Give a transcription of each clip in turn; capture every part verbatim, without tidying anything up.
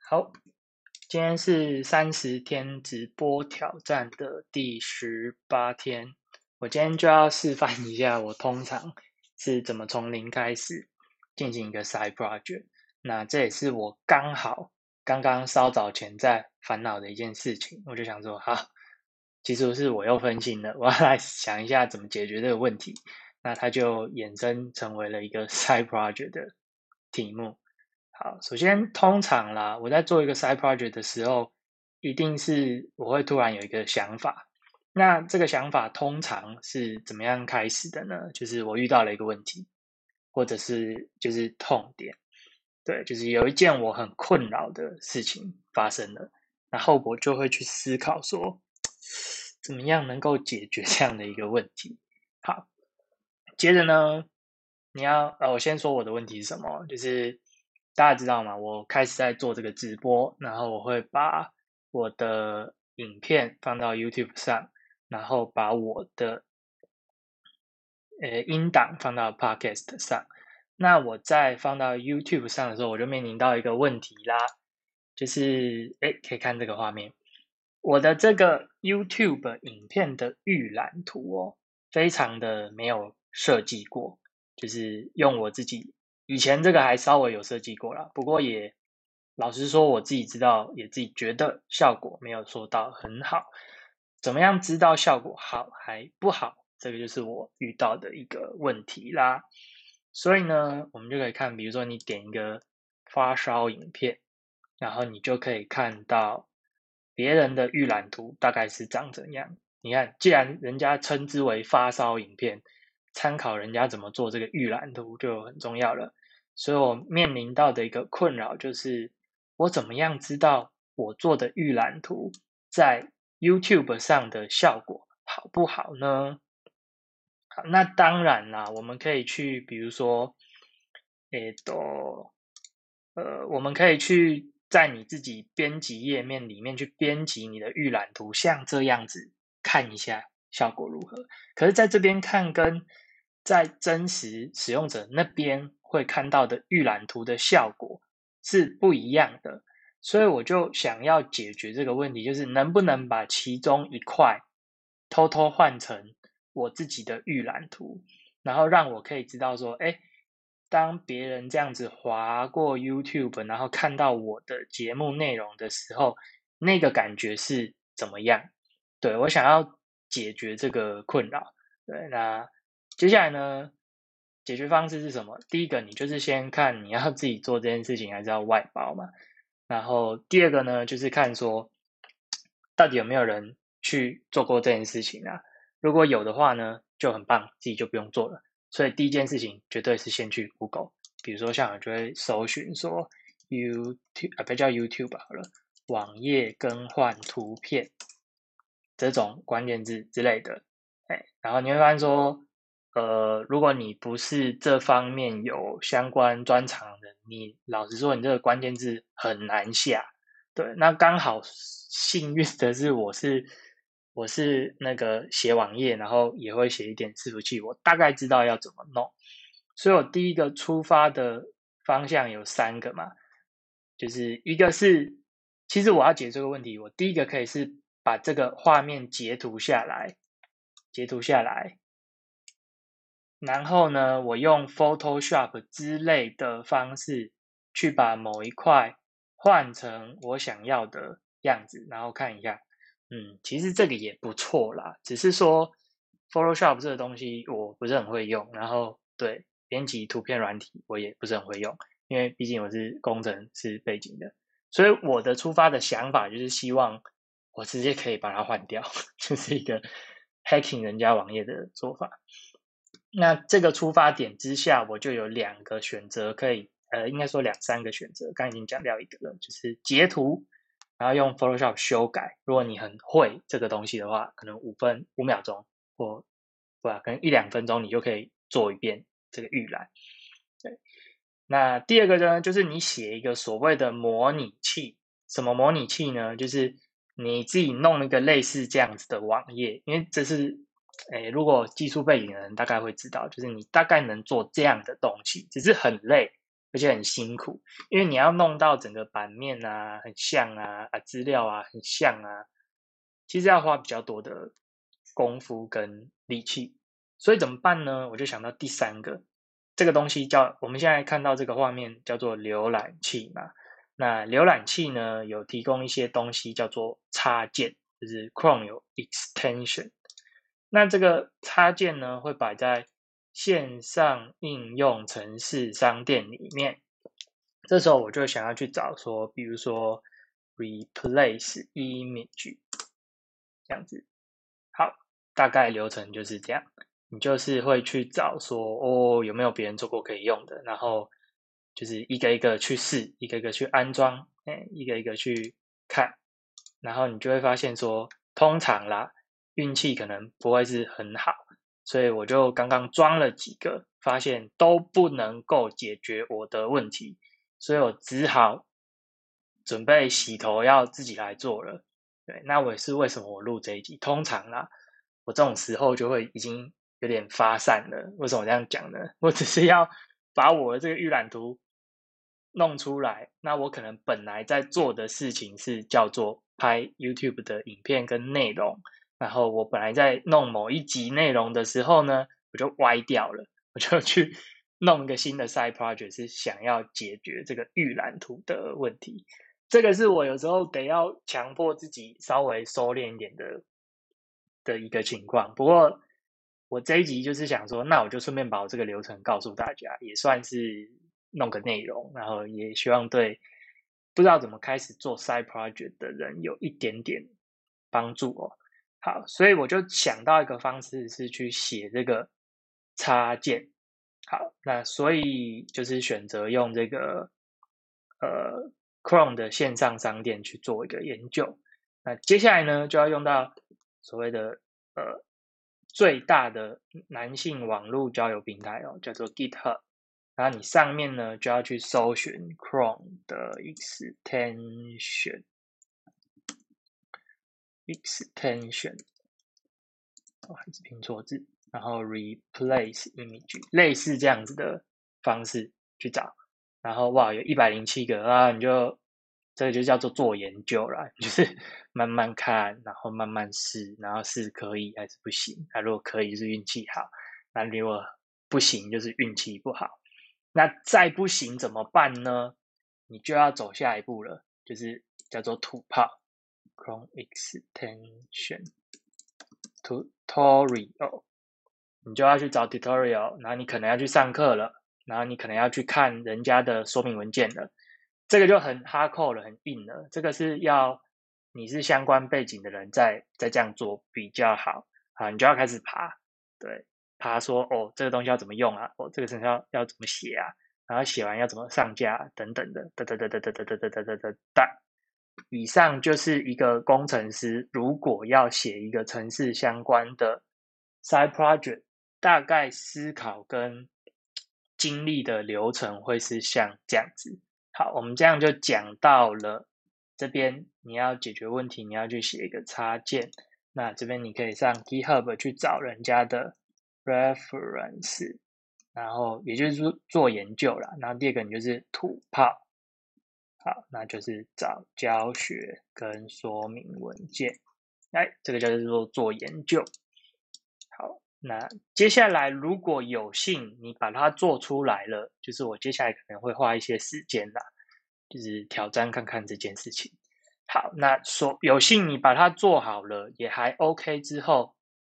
好，今天是三十天直播挑战的第十八天，我今天就要示范一下我通常是怎么从零开始进行一个 side project。那这也是我刚好刚刚稍早前在烦恼的一件事情，我就想说，好，其实是我又分心了，我要来想一下怎么解决这个问题。那它就衍生成为了一个 side project 的题目。好，首先通常啦，我在做一个 side project 的时候，一定是我会突然有一个想法。那这个想法通常是怎么样开始的呢？就是我遇到了一个问题，或者是就是痛点，对，就是有一件我很困扰的事情发生了，然后我就会去思考说，怎么样能够解决这样的一个问题。好，接着呢，你要呃，我先说我的问题是什么，就是大家知道吗？我开始在做这个直播，然后我会把我的影片放到 YouTube 上，然后把我的呃音档放到 Podcast 上。那我在放到 YouTube 上的时候，我就面临到一个问题啦，就是诶，可以看这个画面，我的这个 YouTube 影片的预览图哦，非常的没有设计过，就是用我自己以前这个还稍微有设计过啦，不过也老实说我自己知道，也自己觉得效果没有说到很好。怎么样知道效果好还不好？这个就是我遇到的一个问题啦。所以呢，我们就可以看，比如说你点一个发烧影片，然后你就可以看到别人的预览图大概是长怎样。你看，既然人家称之为发烧影片，参考人家怎么做这个预览图就很重要了。所以我面临到的一个困扰就是，我怎么样知道我做的预览图在 YouTube 上的效果好不好呢？好，那当然啦，我们可以去，比如说，诶，都，呃，我们可以去在你自己编辑页面里面去编辑你的预览图，像这样子看一下效果如何。可是在这边看跟在真实使用者那边会看到的预览图的效果是不一样的，所以我就想要解决这个问题，就是能不能把其中一块偷偷换成我自己的预览图，然后让我可以知道说，哎，当别人这样子滑过 YouTube，然后看到我的节目内容的时候，那个感觉是怎么样？对，我想要解决这个困扰。对，那接下来呢，解决方式是什么？第一个，你就是先看你要自己做这件事情，还是要外包嘛。然后第二个呢，就是看说到底有没有人去做过这件事情啊？如果有的话呢，就很棒，自己就不用做了。所以第一件事情绝对是先去 Google，比如说像我就会搜寻说 YouTube 啊，不叫 YouTube 好了，网页更换图片这种关键字之类的，哎，然后你会发现说，呃，如果你不是这方面有相关专长的，你老实说，你这个关键字很难下。对，那刚好幸运的是，我是我是那个写网页，然后也会写一点伺服器，我大概知道要怎么弄。所以我第一个出发的方向有三个嘛，就是一个是，其实我要解决这个问题，我第一个可以是把这个画面截图下来，截图下来，然后呢，我用 Photoshop 之类的方式去把某一块换成我想要的样子，然后看一下，嗯，其实这个也不错啦，只是说 Photoshop 这个东西我不是很会用，然后对编辑图片软体我也不是很会用，因为毕竟我是工程师背景的，所以我的出发的想法就是希望我直接可以把它换掉，就是一个 hacking 人家网页的做法。那这个出发点之下，我就有两个选择可以，呃，应该说两三个选择，刚已经讲掉一个了，就是截图，然后用 Photoshop 修改。如果你很会这个东西的话，可能五分五秒钟或不可能一两分钟，你就可以做一遍这个预览。对，那第二个呢，就是你写一个所谓的模拟器。什么模拟器呢？就是你自己弄一个类似这样子的网页，因为这是诶，如果技术背景的人大概会知道，就是你大概能做这样的东西，只是很累， 而且很辛苦，因为你要弄到整个版面啊很像啊啊资料啊很像啊，其实要花比较多的功夫跟力气。所以怎么办呢？我就想到第三个，这个东西叫我们现在看到这个画面叫做浏览器嘛。那浏览器呢有提供一些东西叫做插件，就是 Chrome 有 extension。那这个插件呢会摆在线上应用程式商店里面。这时候我就想要去找说，比如说 replace image 这样子。好，大概流程就是这样。你就是会去找说，哦，有没有别人做过可以用的，然后就是一个一个去试，一个一个去安装，哎，一个一个去看，然后你就会发现说，通常啦，运气可能不会是很好，所以我就刚刚装了几个，发现都不能够解决我的问题，所以我只好准备洗头要自己来做了。对，那我也是为什么我录这一集，通常啦，我这种时候就会已经有点发散了。为什么这样讲呢？我只是要把我的这个预览图弄出来，那我可能本来在做的事情是叫做拍 YouTube 的影片跟内容，然后我本来在弄某一集内容的时候呢，我就歪掉了，我就去弄一个新的 side project，是想要解决这个预览图的问题。这个是我有时候得要强迫自己稍微收敛一点的的一个情况。不过我这一集就是想说，那我就顺便把我这个流程告诉大家，也算是弄个内容，然后也希望对不知道怎么开始做 side project 的人有一点点帮助哦。好，所以我就想到一个方式是去写这个插件。好，那所以就是选择用这个呃 Chrome 的线上商店去做一个研究。那接下来呢，就要用到所谓的呃最大的男性网络交友平台哦，叫做 GitHub。然后你上面呢就要去搜寻 Chrome 的 extension extension，哦，还是拼错字，然后 replace image，类似这样子的方式去找。然后哇，有一百零七个啊，你就这个就叫做做研究啦，就是慢慢看，然后慢慢试，然后试可以还是不行。那如果可以就是运气好，那如果不行就是运气不好。那再不行怎么办呢？你就要走下一步了，就是叫做土炮 Chrome extension tutorial，你就要去找 tutorial，然后你可能要去上课了，然后你可能要去看人家的说明文件了，这个就很 hardcore 了，很硬了。这个是要你是相关背景的人在在这样做比较好啊，你就要开始爬，对，爬说哦这个东西要怎么用啊，哦这个程序要要怎么写啊，然后写完要怎么上架等等的，哒哒哒哒哒哒哒哒哒哒哒哒。以上就是一个工程师如果要写一个程式相关的 side project，大概思考跟经历的流程会是像这样子。好，我们这样就讲到了这边，你要解决问题，你要去写一个插件。那这边你可以上 GitHub 去找人家的 reference， 然后也就是说做研究啦。然后第二个你就是土炮。好，那就是找教学跟说明文件，哎，这个就是说做研究。好，那接下来如果有幸你把它做出来了，就是我接下来可能会花一些时间啦，就是挑战看看这件事情。好，那说有幸你把它做好了，也还 OK 之后，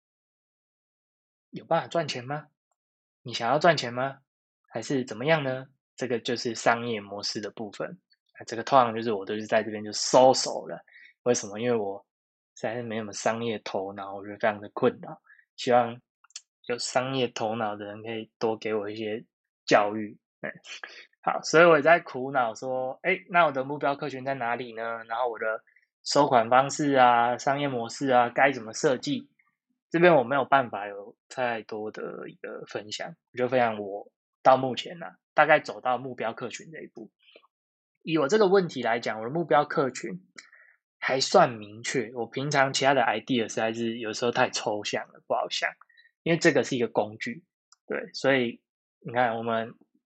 有办法赚钱吗？你想要赚钱吗？还是怎么样呢？这个就是商业模式的部分。这个通常就是我都是在这边就收手了。为什么？因为我实在是没什么商业头脑，我觉得非常的困扰。希望有商业头脑的人可以多给我一些教育。好，所以我在苦恼说，哎，那我的目标客群在哪里呢？然后我的收款方式啊、商业模式啊，该怎么设计？这边我没有办法有太多的一个分享，我就分享我到目前呢、啊，大概走到目标客群这一步。以我这个问题来讲，我的目标客群还算明确。我平常其他的 idea 实在是有时候太抽象了，不好想。因为这个是一个工具，对，所以你看我们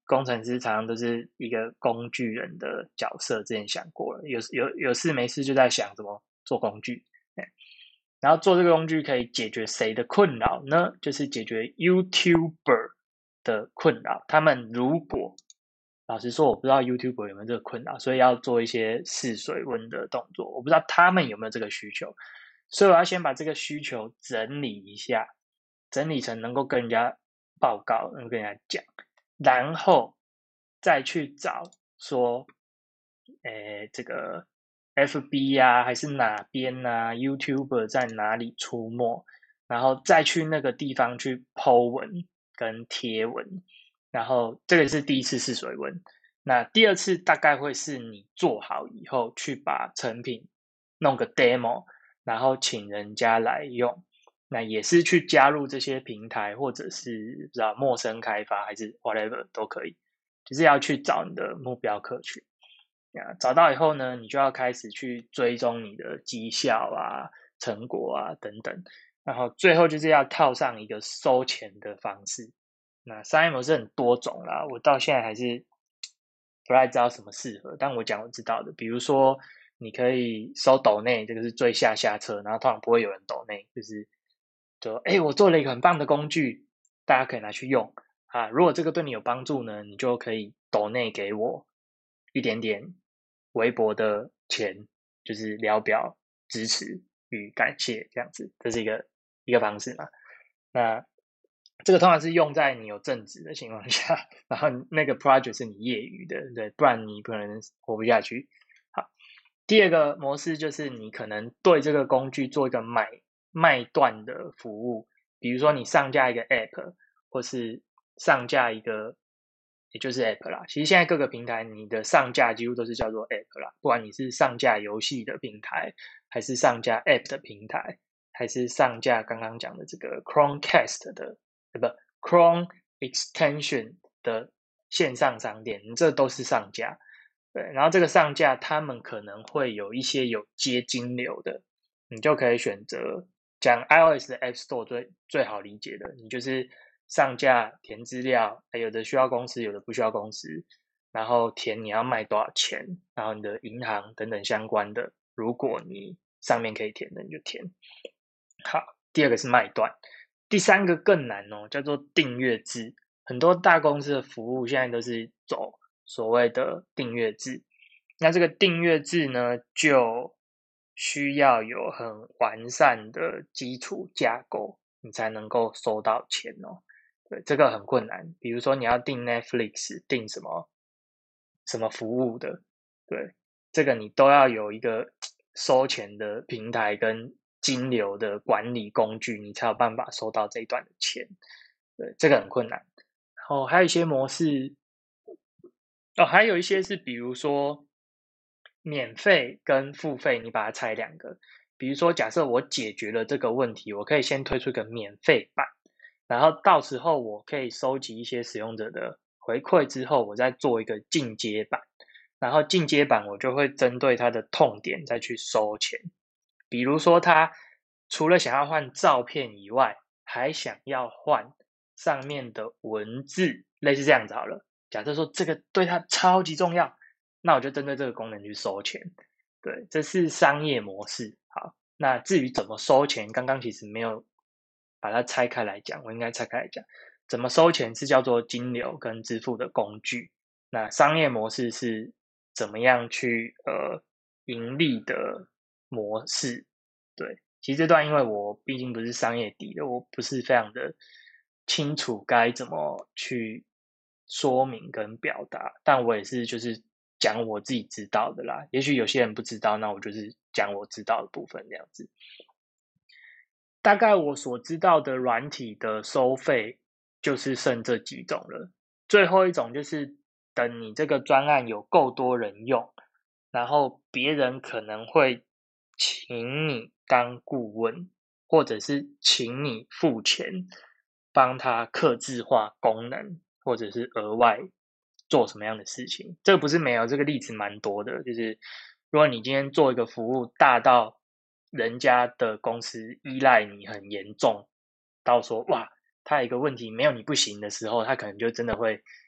工程师常常都是一个工具人的角色，之前想过了，有有有事没事就在想怎么做工具，然后做这个工具可以解决谁的困扰呢？就是解决 YouTuber 的困扰。他们如果老实说，我不知道 YouTuber 有没有这个困扰，所以要做一些试水温的动作。我不知道他们有没有这个需求，所以我要先把这个需求整理一下，整理成能够跟人家报告，能够跟人家讲，然后再去找说，诶，这个 F B 啊，还是哪边啊 YouTuber 在哪里出没，然后再去那个地方去 po 文跟贴文，然后这个是第一次试水温。那第二次大概会是你做好以后去把成品弄个 demo，然后请人家来用。那也是去加入这些平台，或者是不知道陌生开发还是 whatever 都可以，就是要去找你的目标客群。找到以后呢，你就要开始去追踪你的绩效啊、成果啊等等，然后最后就是要套上一个收钱的方式。那商业模式很多种啦，我到现在还是不太知道什么适合，但我讲我知道的，比如说你可以收抖内，这个是最下下策，然后通常不会有人抖内，就是就哎，我做了一个很棒的工具，大家可以拿去用啊。如果这个对你有帮助呢，你就可以抖内给我一点点微薄的钱，就是聊表支持与感谢这样子，这是一个一个方式嘛。那这个通常是用在你有正职的情况下，然后那个 project 是你业余的，对，不然你可能活不下去。好，第二个模式就是你可能对这个工具做一个买卖断的服务，比如说你上架一个 app， 或是上架一个，也就是 app 啦。其实现在各个平台你的上架几乎都是叫做 app 啦，不管你是上架游戏的平台，还是上架 app 的平台，还是上架刚刚讲的这个 Chromecast 的，不 Chrome extension 的线上商店，这都是上架。对，然后这个上架他们可能会有一些有接金流的，你就可以选择讲 iOS 的 App Store 最最好理解的，你就是上架填资料，有的需要公司，有的不需要公司，然后填你要卖多少钱，然后你的银行等等相关的，如果你上面可以填的你就填。好，第二个是卖断，第三个更难哦，叫做订阅制。很多大公司的服务现在都是走所谓的订阅制，那这个订阅制呢，就需要有很完善的基础架构，你才能够收到钱哦。对，这个很困难。比如说你要订 Netflix，订什么什么服务的，对，这个你都要有一个收钱的平台跟金流的管理工具，你才有办法收到这一段的钱。对，这个很困难。然后还有一些模式，哦，还有一些是比如说免费跟付费，你把它拆两个。比如说，假设我解决了这个问题，我可以先推出一个免费版，然后到时候我可以收集一些使用者的回馈之后，我再做一个进阶版，然后进阶版我就会针对它的痛点再去收钱。比如说，他除了想要换照片以外，还想要换上面的文字，类似这样子好了。假设说这个对他超级重要，那我就针对这个功能去收钱。对，这是商业模式。好，那至于怎么收钱，刚刚其实没有把它拆开来讲，我应该拆开来讲。怎么收钱是叫做金流跟支付的工具，那商业模式是怎么样去呃盈利的模式。对，其实这段因为我毕竟不是商业底的，我不是非常的清楚该怎么去说明跟表达，但我也是就是讲我自己知道的啦。也许有些人不知道，那我就是讲我知道的部分这样子。大概我所知道的软体的收费就是剩这几种了。最后一种就是等你这个专案有够多人用，然后别人可能会请你当顾问，或者是请你付钱帮他客制化功能，或者是额外做什么样的事情。这个不是没有，这个例子蛮多的。就是如果你今天做一个服务大到人家的公司依赖你很严重，到说哇，他有一个问题没有你不行的时候，他可能就真的会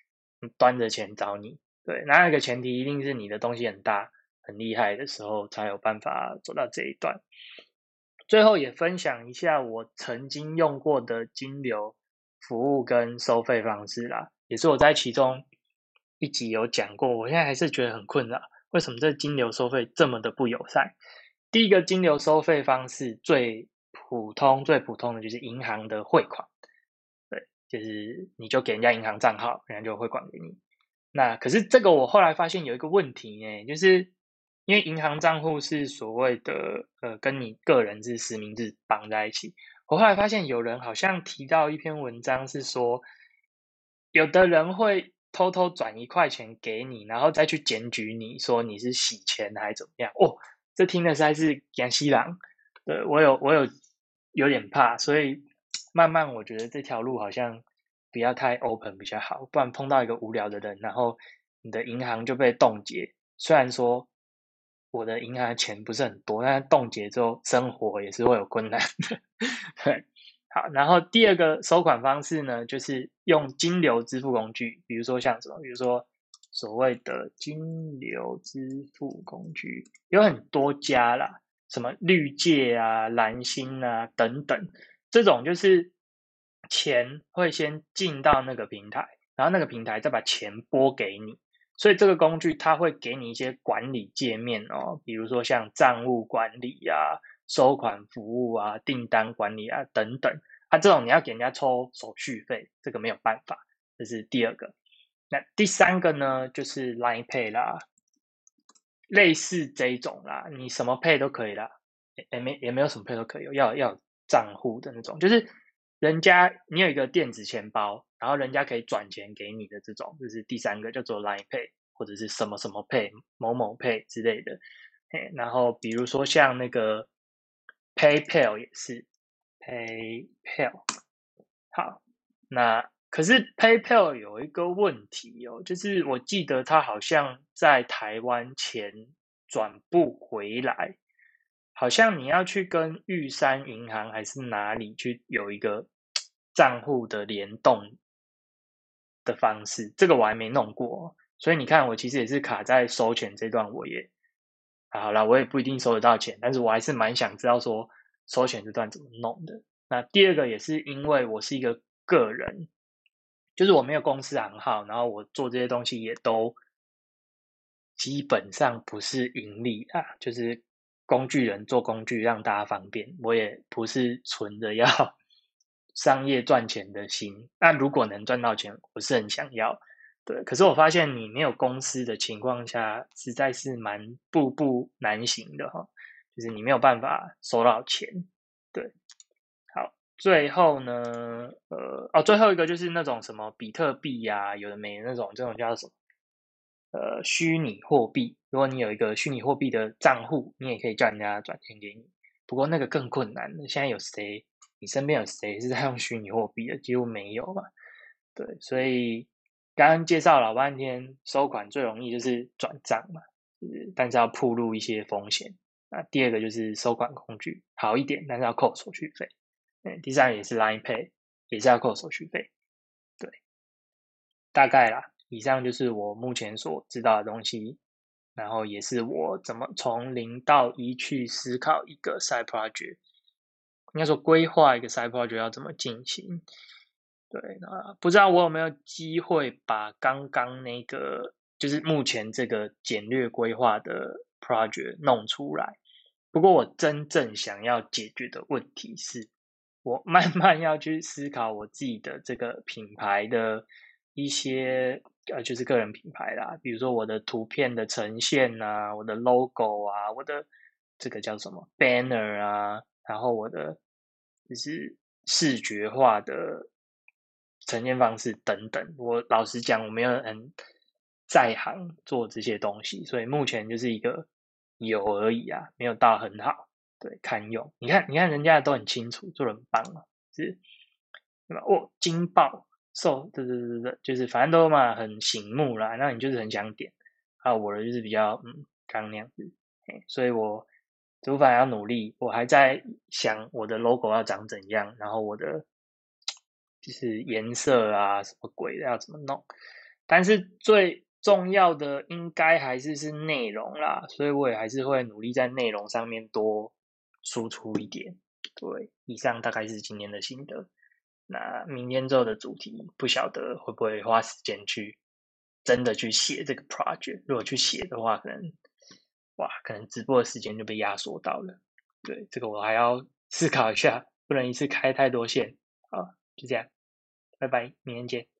端着钱找你。对，那一个前提一定是你的东西很大很厉害的时候才有办法走到这一段。最后也分享一下我曾经用过的金流服务跟收费方式啦，也是我在其中一集有讲过，我现在还是觉得很困扰，为什么这金流收费这么的不友善？第一个金流收费方式最普通最普通的就是银行的汇款，对，就是你就给人家银行账号，人家就汇款给你。那可是这个我后来发现有一个问题呢，就是因为银行账户是所谓的呃跟你个人是实名制绑在一起，我后来发现有人好像提到一篇文章是说，有的人会偷偷转一块钱给你，然后再去检举你说你是洗钱还是怎么样？哦，这听的实在是江西郎，对我有我有有点怕，所以慢慢我觉得这条路好像不要太 open 比较好，不然碰到一个无聊的人，然后你的银行就被冻结。虽然说我的银行的钱不是很多，但是冻结之后生活也是会有困难的。对，好，然后第二个收款方式呢，就是用金流支付工具，比如说像什么，比如说所谓的金流支付工具有很多家啦，什么绿界啊、蓝星啊等等，这种就是钱会先进到那个平台，然后那个平台再把钱拨给你，所以这个工具它会给你一些管理界面哦，比如说像账务管理啊、收款服务啊、订单管理啊等等啊，这种你要给人家抽手续费，这个没有办法，这是第二个。那第三个呢，就是 Line Pay 啦，类似这一种啦，你什么 Pay 都可以啦，也没也没有什么 Pay 都可以，要要有账户的那种，就是人家你有一个电子钱包，然后人家可以转钱给你的这种，就是第三个叫做 Line Pay 或者是什么什么 Pay 某某 Pay 之类的。然后比如说像那个 PayPal 也是 PayPal，好，那可是 PayPal 有一个问题哦，就是我记得它好像在台湾钱转不回来，好像你要去跟玉山银行还是哪里去有一个账户的联动的方式，这个我还没弄过，所以你看我其实也是卡在收钱这段，我也好啦，我也不一定收得到钱，但是我还是蛮想知道说收钱这段怎么弄的。那第二个也是因为我是一个个人，就是我没有公司行号，然后我做这些东西也都基本上不是盈利啊，就是工具人做工具让大家方便，我也不是存着要商业赚钱的心。那如果能赚到钱，我是很想要。对，可是我发现你没有公司的情况下，实在是蛮步步难行的哈，就是你没有办法收到钱。对，好，最后呢，呃，哦，最后一个就是那种什么比特币呀、啊，有的没的那种，这种叫什么？呃，虚拟货币。如果你有一个虚拟货币的账户，你也可以叫人家转钱给你。不过那个更困难了，现在有谁？你身边有谁是在用虚拟货币的？几乎没有嘛。对，所以刚刚介绍老半天，收款最容易就是转账嘛，就是但是要铺露一些风险。那第二个就是收款工具好一点，但是要扣手续费。嗯，第三个也是 Line Pay，也是要扣手续费。对，大概啦。以上就是我目前所知道的东西，然后也是我怎么从零到一去思考一个 side project，应该说规划一个 side project 要怎么进行。对，那不知道我有没有机会把刚刚那个就是目前这个简略规划的 project 弄出来。不过我真正想要解决的问题是，我慢慢要去思考我自己的这个品牌的一些呃，就是个人品牌啦，比如说我的图片的呈现啊，我的 logo 啊，我的这个叫什么 banner 啊，然后我的就是视觉化的呈现方式等等。我老实讲，我没有很在行做这些东西，所以目前就是一个有而已啊，没有到很好，对，堪用。你看，你看人家都很清楚，做的很棒嘛，是，对吧？哦，惊爆，瘦，对对对对，就是反正都嘛很醒目啦，那你就是很想点。啊，我的就是比较嗯，刚那样子，所以我主反要努力，我还在想我的 logo 要长怎样，然后我的就是颜色啊什么鬼的要怎么弄。 但是最重要的应该还是是内容啦，所以我也还是会努力在内容上面多输出一点。对，以上大概是今天的心得。那明天之后的主题，不晓得会不会花时间去真的去写这个 project。如果去写的话，可能哇，可能直播的时间就被压缩到了。对，这个我还要思考一下，不能一次开太多线。好，就这样，拜拜，明天见。